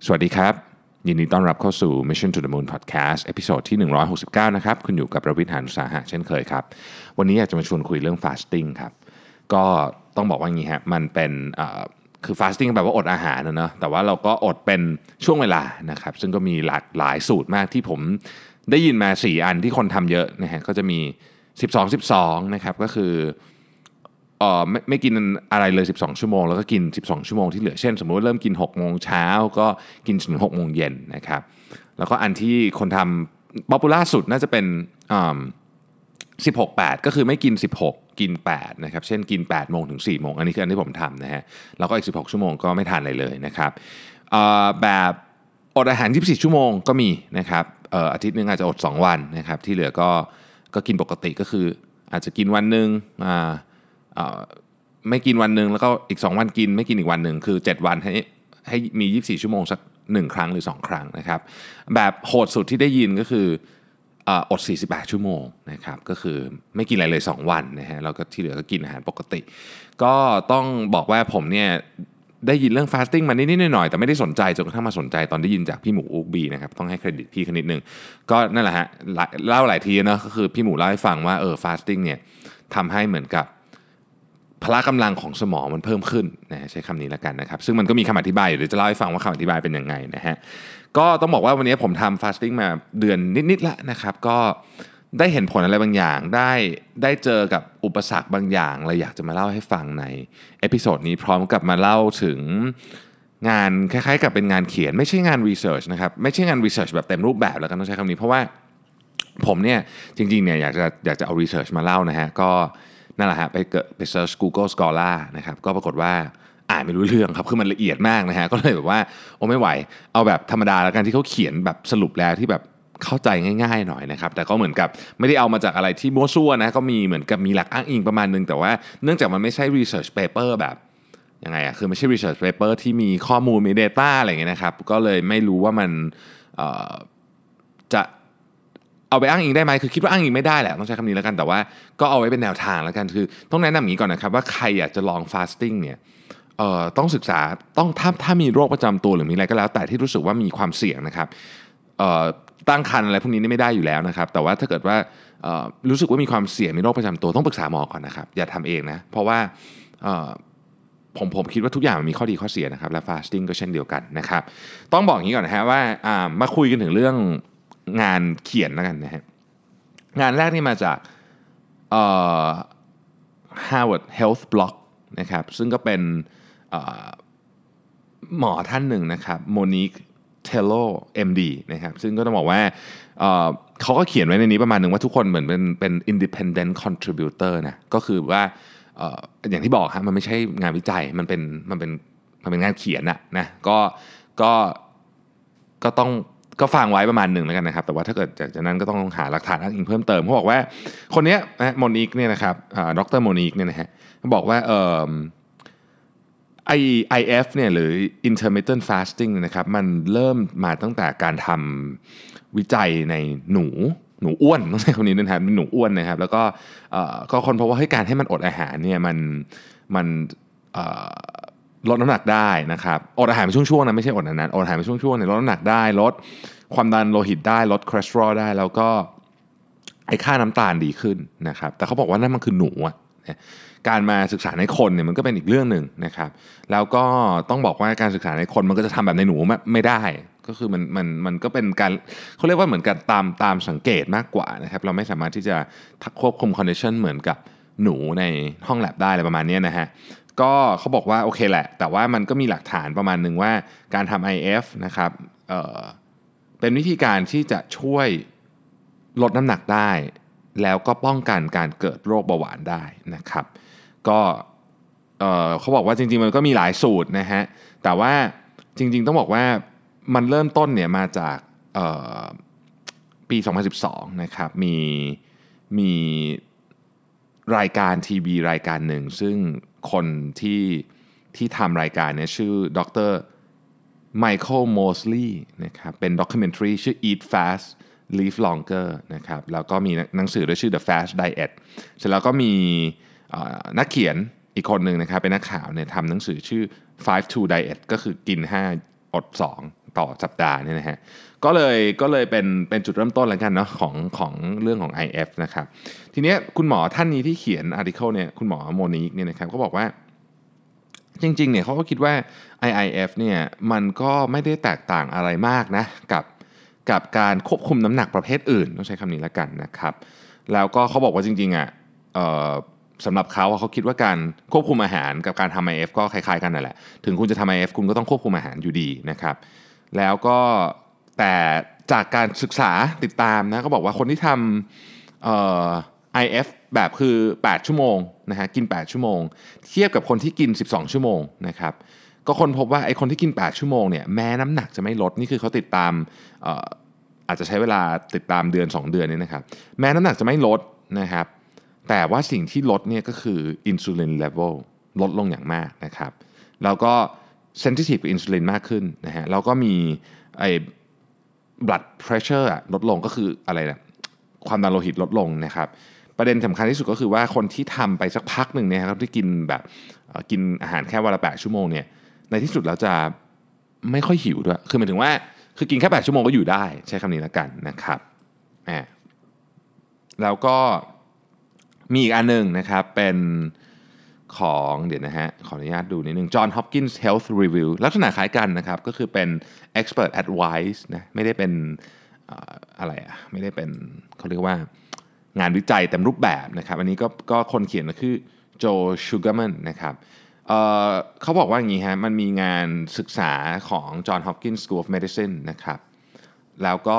สวัสดีครับยินดีต้อนรับเข้าสู่ Mission to the Moon Podcast เอพิโซดที่169นะครับคุณอยู่กับประวิทย์ หาญอุตสาหะเช่นเคยครับวันนี้อยากจะมาชวนคุยเรื่อง fasting ครับก็ต้องบอกว่าอย่างนี้ฮะมันเป็นคือ fasting แปลว่าอดอาหารนะแต่ว่าเราก็อดเป็นช่วงเวลานะครับซึ่งก็มีหลายสูตรมากที่ผมได้ยินมา4อันที่คนทำเยอะนะฮะก็จะมี12นะครับก็คือไม่กินอะไรเลย12ชั่วโมงแล้วก็กิน12ชั่วโมงที่เหลือเช่นสมมุติว่าเริ่มกิน6โมงเช้าก็กินถึง6โมงเย็นนะครับแล้วก็อันที่คนทำป๊อปปูล่าสุดน่าจะเป็น16-8ก็คือไม่กิน16กิน8นะครับเช่นกิน8โมงถึง4โมงอันนี้คืออันที่ผมทำนะฮะแล้วก็อีก16ชั่วโมงก็ไม่ทานอะไรเลยนะครับแบบอดอาหาร24ชั่วโมงก็มีนะครับอาทิตย์นึงอาจจะอด2วันนะครับที่เหลือก็กินปกติก็คืออาจจะกินวันนึงไม่กินวันนึงแล้วก็อีก2วันกินไม่กินอีกวันนึงคือ7วันให้มี24ชั่วโมงสัก1ครั้งหรือ2ครั้งนะครับแบบโหดสุดที่ได้ยินก็คืออด48ชั่วโมงนะครับก็คือไม่กินอะไรเลย2วันนะฮะแล้วก็ที่เหลือก็กินอาหารปกติก็ต้องบอกว่าผมเนี่ยได้ยินเรื่อง fasting มานิดๆหน่อยๆแต่ไม่ได้สนใจจนกระทั่งมาสนใจตอนได้ยินจากพี่หมูอุ๊กบีนะครับต้องให้เครดิตพี่เขานิดนึงก็นั่นแหละฮะเล่าหลายทีนะก็คือพี่หมูเล่าให้ฟังว่าfasting เนี่ยทำให้เหมือนกับพละกำลังของสมองมันเพิ่มขึ้นนะใช้คำนี้แล้วกันนะครับซึ่งมันก็มีคำอธิบายอยู่เดี๋ยวจะเล่าให้ฟังว่าคำอธิบายเป็นยังไงนะฮะก็ต้องบอกว่าวันนี้ผมทำ fasting มาเดือนนิดๆแล้วนะครับก็ได้เห็นผลอะไรบางอย่างได้เจอกับอุปสรรคบางอย่างเลยอยากจะมาเล่าให้ฟังในเอพิโซดนี้พร้อมกับมาเล่าถึงงานคล้ายๆกับเป็นงานเขียนไม่ใช่งานรีเสิร์ชนะครับไม่ใช่งานรีเสิร์ชแบบเต็มรูปแบบแล้วกันต้องใช้คำนี้เพราะว่าผมเนี่ยจริงๆเนี่ยอยากจะเอารีเสิร์ชมาเล่านะฮะก็นั่นแหละฮะไปเซิร์ช Google Scholar นะครับก็ปรากฏว่าอ่านไม่รู้เรื่องครับคือมันละเอียดมากนะฮะก็เลยแบบว่าโอ้ไม่ไหวเอาแบบธรรมดาแล้วกันที่เขาเขียนแบบสรุปแล้วที่แบบเข้าใจง่ายๆหน่อยนะครับแต่ก็เหมือนกับไม่ได้เอามาจากอะไรที่มั่วซั่วนะก็มีเหมือนกับมีหลักอ้างอิงประมาณนึงแต่ว่าเนื่องจากมันไม่ใช่ research paper แบบยังไงอะคือไม่ใช่ research paper ที่มีข้อมูลมี data อะไรอย่างเงี้ยนะครับก็เลยไม่รู้ว่ามันจะเอาไปอ้างอิงได้ไหมคือคิดว่าอ้างอิงไม่ได้แหละต้องใช้คำนี้แล้วกันแต่ว่าก็เอาไว้เป็นแนวทางแล้วกันคือต้องแนะนำอย่างนี้ก่อนนะครับว่าใครอยากจะลอง fasting เนี่ยต้องศึกษาต้องถ้ามีโรคประจำตัวหรือมีอะไรก็แล้วแต่ที่รู้สึกว่ามีความเสี่ยงนะครับตั้งครรภ์อะไรพวกนี้นี่ไม่ได้อยู่แล้วนะครับแต่ว่าถ้าเกิดว่ารู้สึกว่ามีความเสี่ยงมีโรคประจำตัวต้องปรึกษาหมอก่อนนะครับอย่าทำเองนะเพราะว่าผมคิดว่าทุกอย่างมันมีข้อดีข้อเสียนะครับและ fasting ก็เช่นเดียวกันนะครับต้องบอกอย่างนี้ก่อนนะฮะว่ามาคุยกันถึงเรื่องงานเขียนแล้วกันนะฮะงานแรกนี่มาจากHarvard Health Blog นะครับซึ่งก็เป็นหมอท่านหนึ่งนะครับโมนิกเทโล MD นะครับซึ่งก็ต้องบอกว่าเขาก็เขียนไว้ในนี้ประมาณหนึ่งว่าทุกคนเหมือนเป็น independent contributor นะก็คือว่าอย่างที่บอกฮะมันไม่ใช่งานวิจัยมันเป็นงานเขียนนะก็ต้องก็ฟังไว้ประมาณหนึ่งแล้วกันนะครับแต่ว่าถ้าเกิดจากนั้นก็ต้องหาหลักฐานอ้างอิงเพิ่มเติมเขาบอกว่าคนนี้โมนิกเนี่ยนะครับดรโมนิกเนี่ยนะฮะบอกว่าIF เนี่ยหรือ intermittent fasting นะครับมันเริ่มมาตั้งแต่การทำวิจัยในหนูอ้วนต้องใช้คำนี้นะครับหนูอ้วนนะครับแล้วก็คนพบว่าให้การให้มันอดอาหารเนี่ยมันลดน้ำหนักได้นะครับอดอาหารเป็นช่วงๆนะไม่ใช่อดนานๆอดอาหารเป็นช่วงๆเนี่ยลดน้ำหนักได้ลดความดันโลหิตได้ลดคอเลสเตอรอลได้แล้วก็ไอ้ค่าน้ำตาลดีขึ้นนะครับแต่เขาบอกว่านั่นมันคือหนูการมาศึกษาในคนเนี่ยมันก็เป็นอีกเรื่องหนึ่งนะครับแล้วก็ต้องบอกว่าการศึกษาในคนมันก็จะทำแบบในหนูไม่ได้ก็คือมันก็เป็นการเขาเรียกว่าเหมือนกันตามสังเกตมากกว่านะครับเราไม่สามารถที่จะควบคุมคอนดิชันเหมือนกับหนูในห้องแลบได้อะไรประมาณนี้นะฮะก็เขาบอกว่าโอเคแหละแต่ว่ามันก็มีหลักฐานประมาณหนึ่งว่าการทำ IF นะครับเป็นวิธีการที่จะช่วยลดน้ำหนักได้แล้วก็ป้องกันการเกิดโรคเบาหวานได้นะครับก็เขาบอกว่าจริงๆมันก็มีหลายสูตรนะฮะแต่ว่าจริงๆต้องบอกว่ามันเริ่มต้นเนี่ยมาจากปี2012นะครับมีรายการทีวีรายการหนึ่งซึ่งคนที่ทำรายการเนี่ยชื่อดรไมเคิลโมสลีย์นะครับเป็นด็อกิเมนทรีชื่อ Eat Fast Live Longer นะครับแล้วก็มีหนังสือด้วยชื่อ The Fast Diet เสร็จแล้วก็มีนักเขียนอีกคนหนึ่งนะครับเป็นนักข่าวเนี่ยทำหนังสือชื่อ 5-2 Diet ก็คือกิน5อด2 ต่อสัปดาห์เนี่ยนะฮะก็เลยเป็นจุดเริ่มต้นแล้วกันเนาะของเรื่องของ IF นะครับทีนี้คุณหมอท่านนี้ที่เขียนอาร์ติเคิลเนี่ยคุณหมอโมนิกเนี่ยนะครับก็บอกว่าจริงๆเนี่ยเขาก็คิดว่า IIF เนี่ยมันก็ไม่ได้แตกต่างอะไรมากนะกับการควบคุมน้ำหนักประเภทอื่นต้องใช้คำนี้แล้วกันนะครับแล้วก็เขาบอกว่าจริงๆสำหรับเขาคิดว่าการควบคุมอาหารกับการทำ IF ก็คล้ายๆกันนั่นแหละถึงคุณจะทำ IF คุณก็ต้องควบคุมอาหารอยู่ดีนะครับแล้วก็แต่จากการศึกษาติดตามนะก็บอกว่าคนที่ทำIF แบบคือ8ชั่วโมงนะฮะกิน8ชั่วโมงเทียบกับคนที่กิน12ชั่วโมงนะครับก็คนพบว่าไอ้คนที่กิน8ชั่วโมงเนี่ยแม้น้ำหนักจะไม่ลดนี่คือเขาติดตามอาจจะใช้เวลาติดตามเดือน2เดือนนี่นะครับแม้น้ำหนักจะไม่ลดนะครับแต่ว่าสิ่งที่ลดเนี่ยก็คืออินซูลินเลเวลลดลงอย่างมากนะครับแล้วก็เซนซิทีฟกับอินซูลินมากขึ้นนะฮะแล้วก็มีไอ้ blood pressure ลดลงก็คืออะไรนะความดันโลหิตลดลงนะครับประเด็นสำคัญที่สุดก็คือว่าคนที่ทำไปสักพักหนึ่งเนี่ยครับที่กินแบบกินอาหารแค่วันละ8ชั่วโมงเนี่ยในที่สุดแล้วจะไม่ค่อยหิวด้วยคือหมายถึงว่าคือกินแค่8ชั่วโมงก็อยู่ได้ใช้คำนี้แล้วกันนะครับแล้วก็มีอีกอันนึงนะครับเป็นของเดี๋ยวนะฮะขออนุญาตดูนิดนึง John Hopkins Health Review ลักษณะคล้ายกันนะครับก็คือเป็น expert advice นะไม่ได้เป็นอะไรไม่ได้เป็นเขาเรียกว่างานวิจัยเต็มรูปแบบนะครับอันนี้ก็คนเขียนก็คือโจชูการ์แมนนะครับเขาบอกว่าอย่างนี้ฮะมันมีงานศึกษาของ John Hopkins School of Medicine นะครับแล้วก็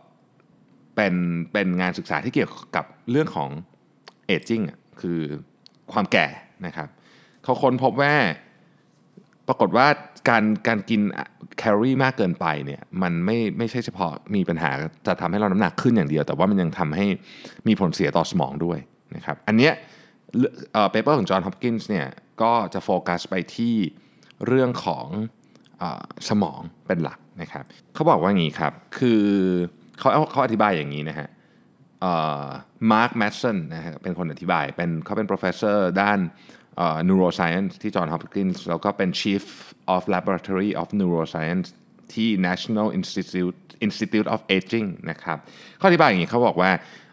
เป็นงานศึกษาที่เกี่ยวกับเรื่องของ aging คือความแก่นะครับเขาค้นพบว่าปรากฏว่าการกินแคลอรี่มากเกินไปเนี่ยมันไม่ใช่เฉพาะมีปัญหาจะทำให้เราน้ำหนักขึ้นอย่างเดียวแต่ว่ามันยังทำให้มีผลเสียต่อสมองด้วยนะครับอันเนี้ยเปเปอร์ของจอห์นฮอปกินส์เนี่ยก็จะโฟกัสไปที่เรื่องของสมองเป็นหลักนะครับเขาบอกว่าอย่างนี้ครับคือเขาอธิบายอย่างนี้นะฮะมาร์คแมดสันนะฮะเป็นคนอธิบายเขาเป็น professor ด้าน neuroscience ที่จอห์นฮอปกินส์แล้วก็เป็น chief of laboratory of neuroscience ที่ National Institute of Aging นะครับเขาอธิบายอย่างนี้เขาบอกว่า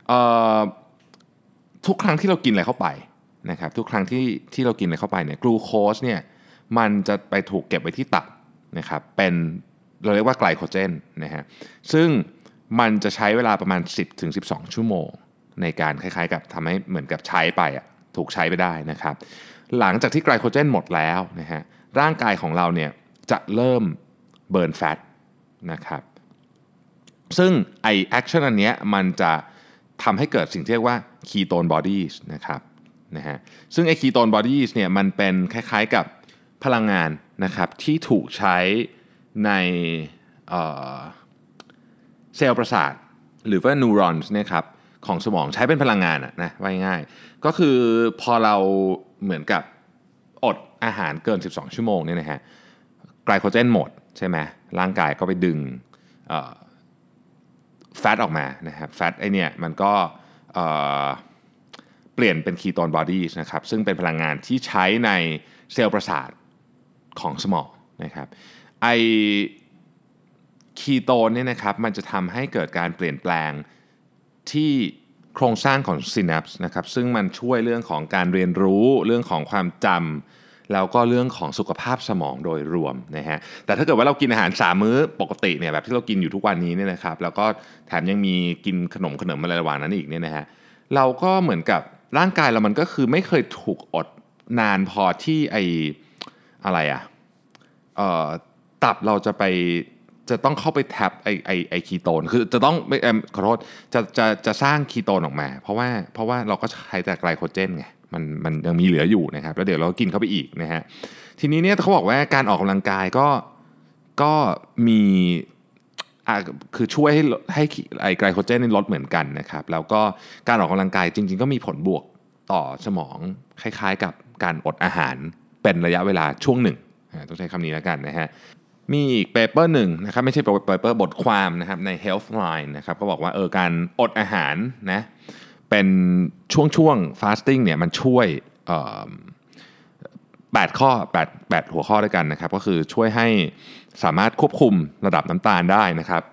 ทุกครั้งที่เรากินอะไรเข้าไปนะครับทุกครั้งที่เรากินอะไรเข้าไปเนี่ยกลูโคสเนี่ยมันจะไปถูกเก็บไว้ที่ตับนะครับเป็นเราเรียกว่าไกลโคเจนนะฮะซึ่งมันจะใช้เวลาประมาณ 10-12 ชั่วโมงในการคล้ายๆกับทำให้เหมือนกับใช้ไปถูกใช้ไปได้นะครับหลังจากที่ไกลโคเจนหมดแล้วนะฮะร่างกายของเราเนี่ยจะเริ่มเบิร์นแฟตนะครับซึ่งไอแอคชั่นอันเนี้ยมันจะทำให้เกิดสิ่งที่เรียกว่า ketone bodies นะครับนะฮะซึ่งไอ ketone bodies เนี่ยมันเป็นคล้ายๆกับพลังงานนะครับที่ถูกใช้ในเซลล์ประสาทหรือว่านิวรอนส์เนี่ยครับของสมองใช้เป็นพลังงานนะว่าง่ายก็คือพอเราเหมือนกับอดอาหารเกิน12ชั่วโมงเนี่ยนะฮะไกลโคเจนหมดใช่ไหมร่างกายก็ไปดึงแฟตออกมานะครับแฟตไอเนี่ยมันก็เปลี่ยนเป็นคีโตนบอดี้นะครับซึ่งเป็นพลังงานที่ใช้ในเซลล์ประสาทของสมองนะครับไอคีโตนเนี่ยนะครับมันจะทำให้เกิดการเปลี่ยนแปลงที่โครงสร้างของซินัปส์นะครับซึ่งมันช่วยเรื่องของการเรียนรู้เรื่องของความจำแล้วก็เรื่องของสุขภาพสมองโดยรวมนะฮะแต่ถ้าเกิดว่าเรากินอาหาร3มื้อปกติเนี่ยแบบที่เรากินอยู่ทุกวันนี้เนี่ยนะครับแล้วก็แถมยังมีกินขนมอะไรระหว่างนั้นอีกเนี่ยนะฮะเราก็เหมือนกับร่างกายเรามันก็คือไม่เคยถูกอดนานพอที่อะไรตับเราจะต้องเข้าไปแท็บไอคีโตนคือจะต้องขอโทษจะสร้างคีโตนออกมาเพราะว่าเราก็ใช้แต่ไกลโคเจนไงมันยังมีเหลืออยู่นะครับแล้วเดี๋ยวเรากินเข้าไปอีกนะฮะทีนี้เนี่ยเขาบอกว่าการออกกำลังกายก็มีคือช่วยให้ไอไกลโคเจนลดเหมือนกันนะครับแล้วก็การออกกำลังกายจริงๆก็มีผลบวกต่อสมองคล้ายๆกับการอดอาหารเป็นระยะเวลาช่วงหนึ่งต้องใช้คำนี้แล้วกันนะฮะมีอีกเปเปอร์หนึ่งนะครับไม่ใช่เปเปอร์บทความนะครับใน Healthline นะครับก็บอกว่าการอดอาหารนะเป็นช่วง fasting เนี่ยมันช่วย 8ข้อ8หัวข้อด้วยกันนะครับก็คือช่วยให้สามารถควบคุมระดับน้ำตาลได้นะครับ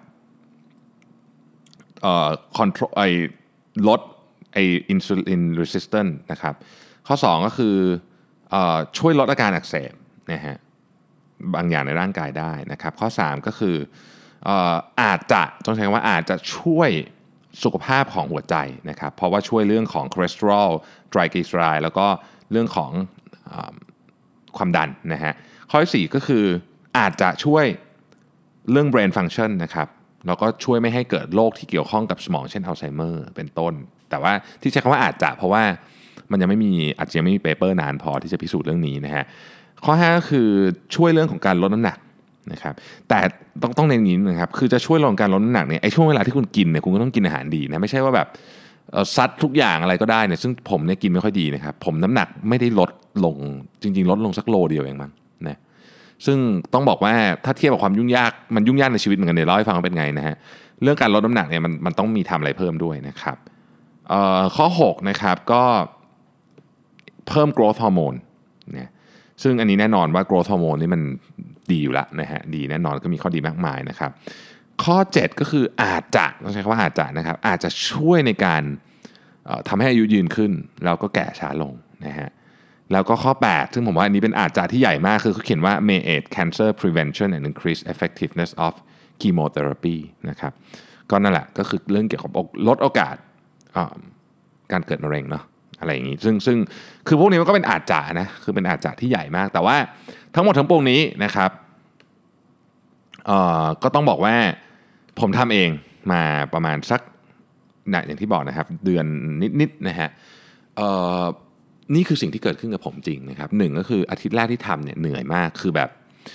control ลดinsulin resistance นะครับข้อ2ก็คือช่วยลดอาการอักเสบนะฮะบางอย่างในร่างกายได้นะครับข้อ3ก็คืออาจจะต้องใช้คำว่าอาจจะช่วยสุขภาพของหัวใจนะครับเพราะว่าช่วยเรื่องของคอเลสเตอรอลไตรกลีเซอไรด์แล้วก็เรื่องของความดันนะฮะข้อที่4ก็คืออาจจะช่วยเรื่อง brain function นะครับแล้วก็ช่วยไม่ให้เกิดโรคที่เกี่ยวข้องกับสมองเช่นอัลไซเมอร์เป็นต้นแต่ว่าที่ใช้คำว่าอาจจะเพราะว่ามันยังไม่มีอาจจะยังไม่มีเปเปอร์นานพอที่จะพิสูจน์เรื่องนี้นะฮะข้อ5ก็คือช่วยเรื่องของการลดน้ำหนักนะครับแต่ต้องเน้นอย่างนี้นะครับคือจะช่วยลดการลดน้ำหนักเนี่ยไอ้ช่วงเวลาที่คุณกินเนี่ยคุณก็ต้องกินอาหารดีนะไม่ใช่ว่าแบบซัดทุกอย่างอะไรก็ได้เนี่ยซึ่งผมเนี่ยกินไม่ค่อยดีนะครับผมน้ำหนักไม่ได้ลดลงจริงๆลดลงสักโลเดียวเองมั้งนะซึ่งต้องบอกว่าถ้าเทียบกับความยุ่งยากมันยุ่งยากในชีวิตเหมือนกันเดี๋ยวเล่าให้ฟังว่าเป็นไงนะฮะเรื่องการลดน้ำหนักเนี่ยมันต้องมีทำอะไรเพิ่มด้วยนะครับข้อ6นะครับก็เพิ่ม growth hormone เนี่ยซึ่งอันนี้แน่นอนว่า growth hormone นี่มันดีอยู่แล้วนะฮะดีแน่นอนก็มีข้อดีมากมายนะครับข้อ7ก็คืออาจจะต้องใช้คำว่าอาจจะนะครับอาจจะช่วยในการทำให้อายุยืนขึ้นแล้วก็แก่ช้าลงนะฮะแล้วก็ข้อ8ซึ่งผมว่าอันนี้เป็นอาจจะที่ใหญ่มากคือเขาเขียนว่า may aid cancer prevention and increase effectiveness of chemotherapy นะครับก็นั่นแหละก็คือเรื่องเกี่ยวกับลดโอกาสการเกิดมะเร็งเนาะอะไรอย่างนี้ซึ่งคือพวกนี้มันก็เป็นอาจจะนะคือเป็นอาจจะที่ใหญ่มากแต่ว่าทั้งหมดทั้งปวงนี้นะครับก็ต้องบอกว่าผมทำเองมาประมาณสักอย่างที่บอกนะครับเดือนนิดๆนะฮะนี่คือสิ่งที่เกิดขึ้นกับผมจริงนะครับหนึ่งก็คืออาทิตย์แรกที่ทำเนี่ยเหนื่อยมากคือแบบ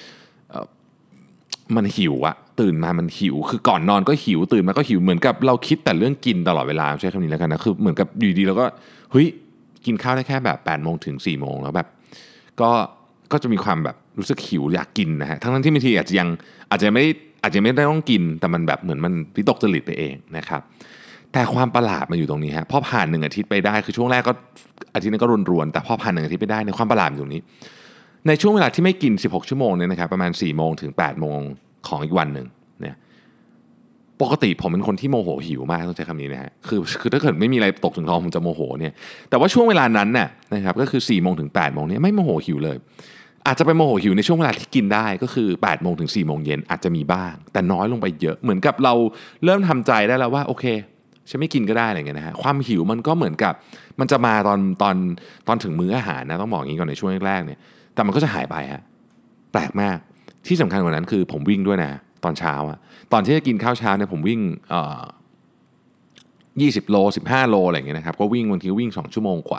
มันหิวอะตื่นมามันหิวคือก่อนนอนก็หิวตื่นมาก็หิวเหมือนกับเราคิดแต่เรื่องกินตลอดเวลาใช้คำนี้แล้วกันนะคือเหมือนกับอยู่ดีเราก็เฮ้ยกินข้าวได้แค่แบบ8 โมงถึง4 โมงแล้วแบบก็จะมีความแบบรู้สึกหิวอยากกินนะฮะทั้งที่บางทีอาจจะไม่ได้ต้องกินแต่มันแบบเหมือนมันวิตกจริตไปเองนะครับแต่ความประหลาดมันอยู่ตรงนี้ฮะพอผ่าน1 อาทิตย์ไปได้คือช่วงแรกก็อาทิตย์นึงก็รวนๆแต่พอผ่าน1 อาทิตย์ไปได้ในความประหลาดอยู่ตรงนี้ในช่วงเวลาที่ไม่กิน16 ชั่วโมงเนี่ยนะครับประมาณ4 โมงถึง8 โมงของอีกวันหนึ่งเนี่ยปกติผมเป็นคนที่โมโหหิวมากต้องใช้คำนี้นะฮะคือถ้าเกิดไม่มีอะไรตกถึงท้องผมจะโมโหเนี่ยแต่ว่าช่วงเวลานั้นน่ะนะครับก็คือ4 โมงถึง8 โมงเนี่ยไม่โมโหหิวเลยอาจจะไปโมโหหิวในช่วงเวลาที่กินได้ก็คือ8 โมงถึง4 โมงเย็นอาจจะมีบ้างแต่น้อยลงไปเยอะเหมือนกับเราเริ่มทำใจได้แล้วว่าโอเคฉันไม่กินก็ได้อะไรเงี้ยนะฮะความหิวมันก็เหมือนกับมันจะมาตอนถึงมื้ออาหารนะต้องบอกอย่างนี้ก่อนในช่วงแรกๆเนี่ยแต่มันก็จะหายไปฮะแปลกมากที่สำคัญกว่านั้นคือผมวิ่งด้วยนะตอนเช้าอะตอนที่จะกินข้าวเช้าเนี่ยผมวิ่ง20 โล15 โลอะไรอย่างเงี้ยนะครับก็วิ่งบางทีวิ่ง2 ชั่วโมงกว่า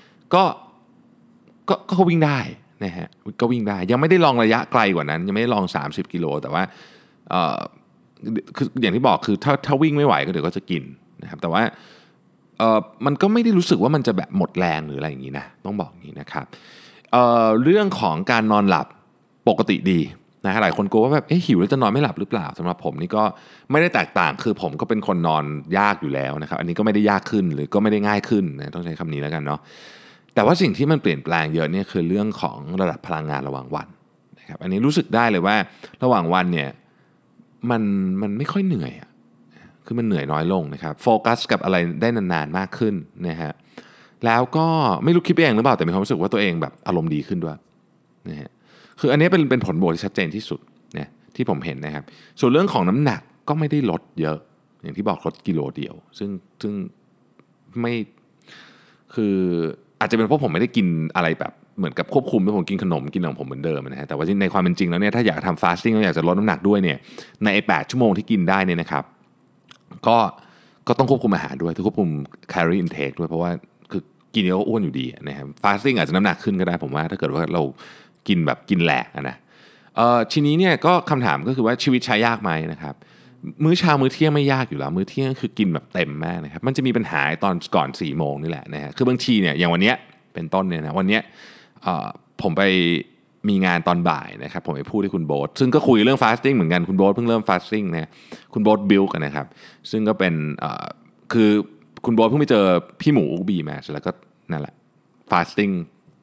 ก็วิ่งได้นะฮะก็วิ่งได้ยังไม่ได้ลองระยะไกลกว่านั้นยังไม่ได้ลอง30 กิโลแต่ว่าคืออย่างที่บอกคือถ้าวิ่งไม่ไหวก็เดี๋ยวก็จะกินนะครับแต่ว่ามันก็ไม่ได้รู้สึกว่ามันจะแบบหมดแรงหรืออะไรอย่างนี้นะต้องบอกอย่างนี้นะครับเรื่องของการนอนหลับปกติดีนะหลายคนกลัวว่าแบบหิวแล้วจะนอนไม่หลับหรือเปล่าสำหรับผมนี่ก็ไม่ได้แตกต่างคือผมก็เป็นคนนอนยากอยู่แล้วนะครับอันนี้ก็ไม่ได้ยากขึ้นหรือก็ไม่ได้ง่ายขึ้นนะต้องใช้คำนี้แล้วกันเนาะแต่ว่าสิ่งที่มันเปลี่ยนแปลงเยอะเนี่ยคือเรื่องของระดับพลังงานระหว่างวันนะครับอันนี้รู้สึกได้เลยว่าระหว่างวันเนี่ยมันไม่ค่อยเหนื่อยอะคือมันเหนื่อยน้อยลงนะครับโฟกัสกับอะไรได้นานๆมากขึ้นนะฮะแล้วก็ไม่รู้คิดไปเองหรือเปล่าแต่มีความรู้สึกว่าตัวเองแบบอารมณ์ดีขึ้นด้วยนะฮะคืออันนี้เป็นผลบวกที่ชัดเจนที่สุดเนี่ยที่ผมเห็นนะครับส่วนเรื่องของน้ำหนักก็ไม่ได้ลดเยอะอย่างที่บอกลดกิโลเดียวซึ่งไม่คืออาจจะเป็นเพราะผมไม่ได้กินอะไรแบบเหมือนกับควบคุมไม่ผมกินขนมกินของผมเหมือนเดิมนะฮะแต่ว่าในความเป็นจริงแล้วเนี่ยถ้าอยากทำฟาสติ้งแล้วอยากจะลดน้ำหนักด้วยเนี่ยใน8 ชั่วโมงที่กินได้เนี่ยนะครับก็ต้องควบคุมอาหารด้วยต้องควบคุมแคลอรี่อินเทคด้วยเพราะว่าคือกินเยอะอ้วนอยู่ดีนะครับฟาสติ้งอาจจะน้ำหนักขึ้นก็ได้ผมว่าถ้าเกิดว่าเรากินแบบกินแหลกนะทีนี้เนี่ยก็คำถามก็คือว่าชีวิตใช้ยากไหมนะครับมื้อเช้ามื้อเที่ยงไม่ยากอยู่แล้วมื้อเที่ยงคือกินแบบเต็มมากนะครับมันจะมีปัญหาตอนก่อน4 โมงนี่แหละนะฮะคือบางทีเนี่ยอย่างวันเนี้ยเป็นต้นเนี่ยนะวันเนี้ยผมไปมีงานตอนบ่ายนะครับผมไปพูดที่คุณโบ๊ทซึ่งก็คุยเรื่องฟาสติ้งเหมือนกันคุณโบ๊ทเพิ่งเริ่มฟาสติ้งนะคุณโบ๊ทบิลกันนะครับซึ่งก็เป็นคือคุณโบ๊ทเพิ่งไปเจอพี่หมูบีมาแล้วก็นั่นแหละฟาสติ้ง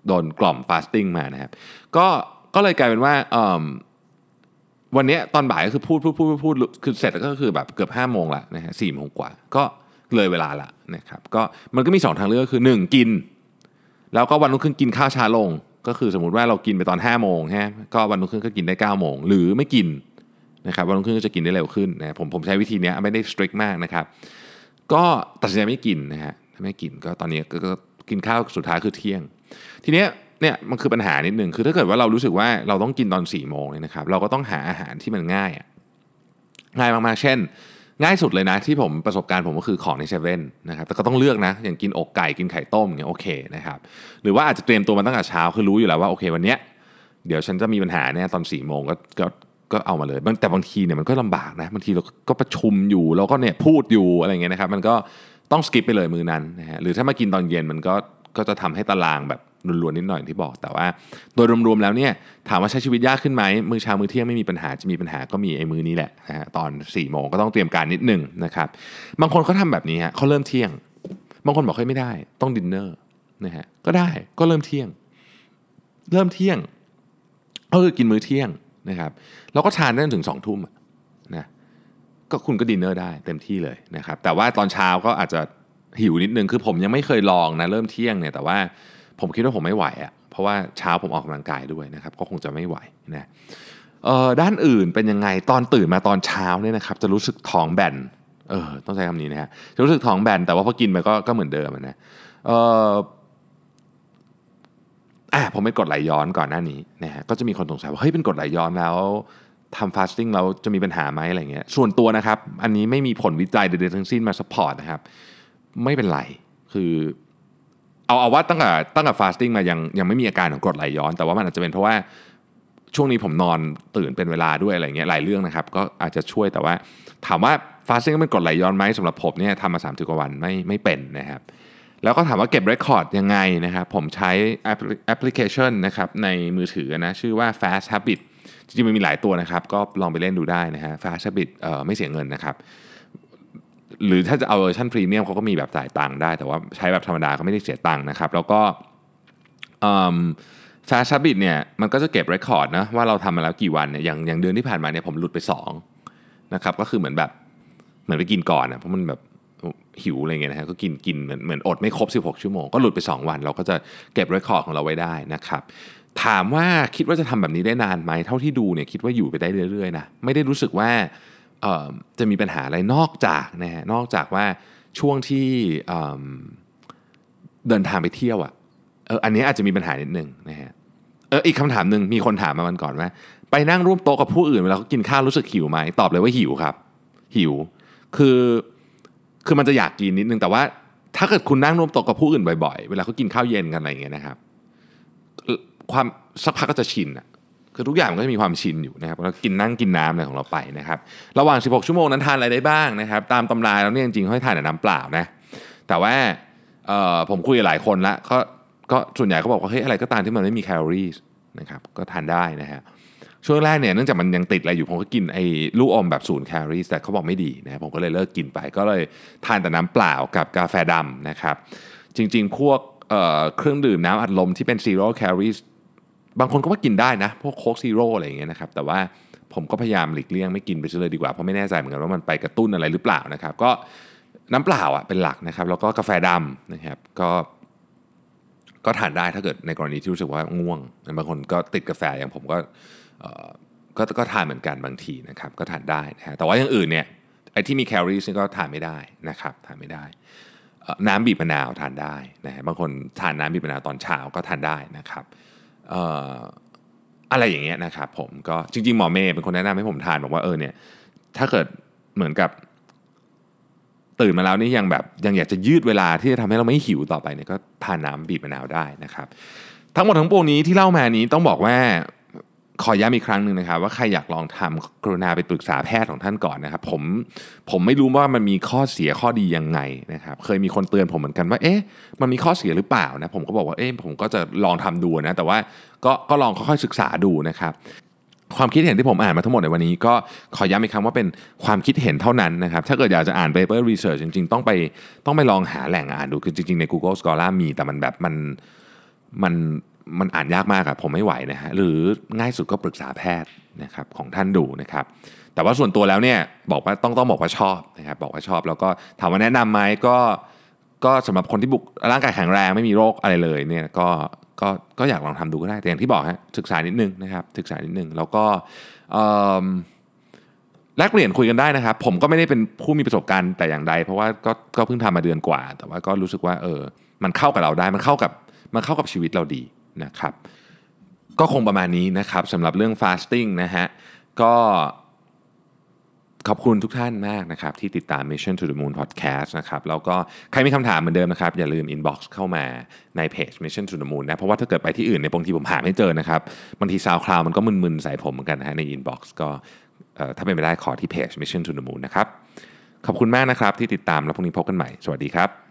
โดนกล่อม fasting มานะครับก็เลยกลายเป็นว่าวันนี้ตอนบ่ายก็คือพูดคือเสร็จก็คือแบบเกือบ5 โมงละนะฮะ4 โมงกว่าก็เลยเวลาละนะครับก็มันก็มี2 ทางเลือกคือ1กินแล้วก็วันรุ่งขึ้นกินข้าวช้าลงก็คือสมมุติว่าเรากินไปตอน5 โมงฮะก็วันรุ่งขึ้นก็กินได้9 โมงหรือไม่กินนะครับวันรุ่งขึ้นก็จะกินได้เร็วขึ้นนะผมใช้วิธีนี้ไม่ได้ strict มากนะครับก็ตัดสินใจไม่กินนะฮะไม่กินก็ตอนนี้ก็กินข้าวสุดท้ายคือเที่ยงทีเนี้ยเนี่ยมันคือปัญหานิดนึงคือถ้าเกิดว่าเรารู้สึกว่าเราต้องกินตอน4 โมงเนี่ยนะครับเราก็ต้องหาอาหารที่มันง่ายมากๆเช่นง่ายสุดเลยนะที่ผมประสบการณ์ผมก็คือของในเซเว่นนะครับแต่ก็ต้องเลือกนะอย่างกินอกไก่กินไข่ต้มอย่างเงี้ยโอเคนะครับหรือว่าอาจจะเตรียมตัวมาตั้งแต่เช้าคือรู้อยู่แล้วว่าโอเควันเนี้ยเดี๋ยวฉันจะมีปัญหาเนี่ยตอน4 โมงก็เอามาเลยแต่บางทีเนี่ยมันก็ลำบากนะบางทีเราก็ประชุมอยู่แล้วก็เนี่ยพูดอยู่อะไรเงี้ยนะครับมันก็ต้องสกิปไปเลยมื้อนั้นนะฮะหรือถ้ามากินตอนเย็นมันก็จะทำให้ตารางแบบรวนๆนิดหน่อยที่บอกแต่ว่าโดยรวมๆแล้วเนี่ยถามว่าใช้ชีวิตยากขึ้นไหมมื้อเช้ามื้อเที่ยงไม่มีปัญหาจะมีปัญหาก็มีไอ้มื้อนี้แหละนะฮะตอน4 โมงก็ต้องเตรียมการนิดนึงนะครับบางคนเขาทำแบบนี้ฮะเขาเริ่มเที่ยงบางคนบอกให้ไม่ได้ต้องดินเนอร์นะฮะก็ได้ก็เริ่มเที่ยงก็คือกินมื้อเที่ยงนะครับแล้วก็ทานได้ถึง2 ทุ่มนะก็คุณก็ดินเนอร์ได้เต็มที่เลยนะครับแต่ว่าตอนเช้าก็อาจจะหิวนิดนึงคือผมยังไม่เคยลองนะเริ่มเที่ยงเนี่ยแต่ว่าผมคิดว่าผมไม่ไหวเพราะว่าเช้าผมออกกำลังกายด้วยนะครับก็คงจะไม่ไหวนะด้านอื่นเป็นยังไงตอนตื่นมาตอนเช้าเนี่ยนะครับจะรู้สึกท้องแบนต้องใช้คำนี้นะฮะจะรู้สึกท้องแบนแต่ว่าพอกินไปก็เหมือนเดิมนะผมเป็นกรดไหลย้อนก่อนหน้านี้นะฮะก็จะมีคนสงสัยว่าเฮ้ยเป็นกรดไหลย้อนแล้วทำฟาสติ้งแล้วจะมีปัญหาไหมอะไรเงี้ยส่วนตัวนะครับอันนี้ไม่มีผลวิจัยใดๆทั้งสิ้นมาซัพพอร์ตนะครับไม่เป็นไรคือเอาว่าตั้งแต่ฟาสติ้งมายังไม่มีอาการของกรดไหลย้อนแต่ว่ามันอาจจะเป็นเพราะว่าช่วงนี้ผมนอนตื่นเป็นเวลาด้วยอะไรเงี้ยหลายเรื่องนะครับก็อาจจะช่วยแต่ว่าถามว่าฟาสติ้งเป็นกรดไหลย้อนไหมสำหรับผมเนี่ยทำมา30 กว่าวันไม่เป็นนะครับแล้วก็ถามว่าเก็บเรคคอร์ดยังไงนะครับผมใช้แอปพลิเคชันนะครับในมือถือนะชื่อว่า Fast Habit จริงๆมันมีหลายตัวนะครับก็ลองไปเล่นดูได้นะฮะ Fast Habit ไม่เสียเงินนะครับหรือถ้าจะเอาเวอร์ชันพรีเมียมเขาก็มีแบบจ่ายตังค์ได้แต่ว่าใช้แบบธรรมดาก็ไม่ได้เสียตังค์นะครับแล้วก็Fast Habit เนี่ยมันก็จะเก็บเรคคอร์ดนะว่าเราทำมาแล้วกี่วันเนี่ยอย่างเดือนที่ผ่านมาเนี่ยผมหลุดไป2นะครับก็คือเหมือนไปกินก่อนเพราะมันแบบหิวอะไรเงี้ยนะฮะก็กินเหมือนอดไม่ครบ16 ชั่วโมงก็หลุดไป2 วันเราก็จะเก็บเรคคอร์ดของเราไว้ได้นะครับถามว่าคิดว่าจะทำแบบนี้ได้นานไหมเท่าที่ดูเนี่ยคิดว่าอยู่ไปได้เรื่อยๆนะไม่ได้รู้สึกว่าจะมีปัญหาอะไรนอกจากว่าช่วงที่เดินทางไปเที่ยวอันนี้อาจจะมีปัญหานิดนึงนะฮะอีกคำถามหนึ่งมีคนถามมาวันก่อนว่าไปนั่งร่วมโต๊ะกับผู้อื่นเวลาเขากินข้าวรู้สึกหิวไหมตอบเลยว่าหิวครับหิวคือมันจะอยากกินนิดนึงแต่ว่าถ้าเกิดคุณนั่งร่วมโต๊ะกับผู้อื่นบ่อยๆเวลาเขากินข้าวเย็นกันอะไรอย่างเงี้ยนะครับความสักพักก็จะชินคือทุกอย่างมันก็จะมีความชินอยู่นะครับเรากินน้ำอะไรของเราไปนะครับระหว่าง16 ชั่วโมงนั้นทานอะไรได้บ้างนะครับตามตำราแล้วเนี่ยจริงๆให้ทานแต่น้ำเปล่านะแต่ว่าผมคุยกับหลายคนละก็ส่วนใหญ่เขาบอกว่าเฮ้ยอะไรก็ตามที่มันไม่มีแคลอรี่นะครับก็ทานได้นะฮะช่วงแรกเนี่ยเนื่องจากมันยังติดอะไรอยู่ผมก็กินไอ้ลูกอมแบบ0 แคลอรี่แต่เขาบอกไม่ดีนะผมก็เลยเลิกกินไปก็เลยทานแต่น้ำเปล่ากับกาแฟดำนะครับจริงๆพวกเครื่องดื่มน้ำอัดลมที่เป็น0 แคลอรี่บางคนก็ว่ากินได้นะพวกโค้กซีโร่อะไรอย่างเงี้ยนะครับแต่ว่าผมก็พยายามหลีกเลี่ยงไม่กินไปเลยดีกว่าเพราะไม่แน่ใจเหมือนกันว่ามันไปกระตุ้นอะไรหรือเปล่านะครับก็น้ำเปล่าเป็นหลักนะครับแล้วก็กาแฟดำนะครับก็ทานได้ถ้าเกิดในกรณีที่รู้สึกว่าง่วงบางคนก็ติดกาแฟอย่างผมก็ทานเหมือนกันบางทีนะครับก็ทานได้นะฮะแต่ว่าอย่างอื่นเนี่ยไอ้ที่มีแคลอรี่ซึ่งก็ทานไม่ได้นะครับทานไม่ได้น้ำบีบมะนาวทานได้นะฮะบางคนทานน้ำบีบมะนาวตอนเช้าก็ทานได้นะครับอะไรอย่างเงี้ยนะครับผมก็จริงๆหมอเมย์เป็นคนแนะนำให้ผมทานบอกว่าเนี่ยถ้าเกิดเหมือนกับตื่นมาแล้วนี่ยังอยากจะยืดเวลาที่จะทำให้เราไม่หิวต่อไปเนี่ยก็ทานน้ำบีบมะนาวได้นะครับทั้งหมดทั้งปวงนี้ที่เล่ามานี้ต้องบอกว่าขอย้ำอีกครั้งหนึ่งนะครับว่าใครอยากลองทำกรุณาไปปรึกษาแพทย์ของท่านก่อนนะครับผมไม่รู้ว่ามันมีข้อเสียข้อดียังไงนะครับเคยมีคนเตือนผมเหมือนกันว่ามันมีข้อเสียหรือเปล่านะผมก็บอกว่าผมก็จะลองทำดูนะแต่ว่าก็ลองค่อยๆศึกษาดูนะครับความคิดเห็นที่ผมอ่านมาทั้งหมดในวันนี้ก็ขอย้ำอีกครั้งว่าเป็นความคิดเห็นเท่านั้นนะครับถ้าเกิดอยากจะอ่าน paper research จริงๆต้องไปลองหาแหล่งอ่านดูคือจริงๆใน Google Scholar มีแต่มันแบบมันมันอ่านยากมากครับผมไม่ไหวนะฮะหรือง่ายสุดก็ปรึกษาแพทย์นะครับของท่านดูนะครับแต่ว่าส่วนตัวแล้วเนี่ยบอกว่าต้องบอกว่าชอบนะครับบอกว่าชอบแล้วก็ถามว่าแนะนำไหมก็สำหรับคนที่ร่างกายแข็งแรงไม่มีโรคอะไรเลยเนี่ยก็อยากลองทำดูก็ได้แต่อย่างที่บอกฮะศึกษานิดนึงนะครับศึกษานิดนึงแล้วก็เอิ่มแลกเปลี่ยนคุยกันได้นะครับผมก็ไม่ได้เป็นผู้มีประสบการณ์แต่อย่างใดเพราะว่าก็เพิ่งทำมาเดือนกว่าแต่ว่าก็รู้สึกว่ามันเข้ากับเราได้มันเข้ากับชีวิตเราดีนะครับก็คงประมาณนี้นะครับสำหรับเรื่อง fasting นะฮะก็ขอบคุณทุกท่านมากนะครับที่ติดตาม Mission to the Moon Podcast นะครับแล้วก็ใครมีคำถามเหมือนเดิมนะครับอย่าลืม inbox เข้ามาในเพจ Mission to the Moon นะเพราะว่าถ้าเกิดไปที่อื่นในบางทีผมหาไม่เจอนะครับบางที SoundCloud มันก็มึนๆใส่ผมเหมือนกันนะฮะใน inbox ก็ถ้าเป็นไปได้ขอที่เพจ Mission to the Moon นะครับขอบคุณมากนะครับที่ติดตามแล้วพรุ่งนี้พบกันใหม่สวัสดีครับ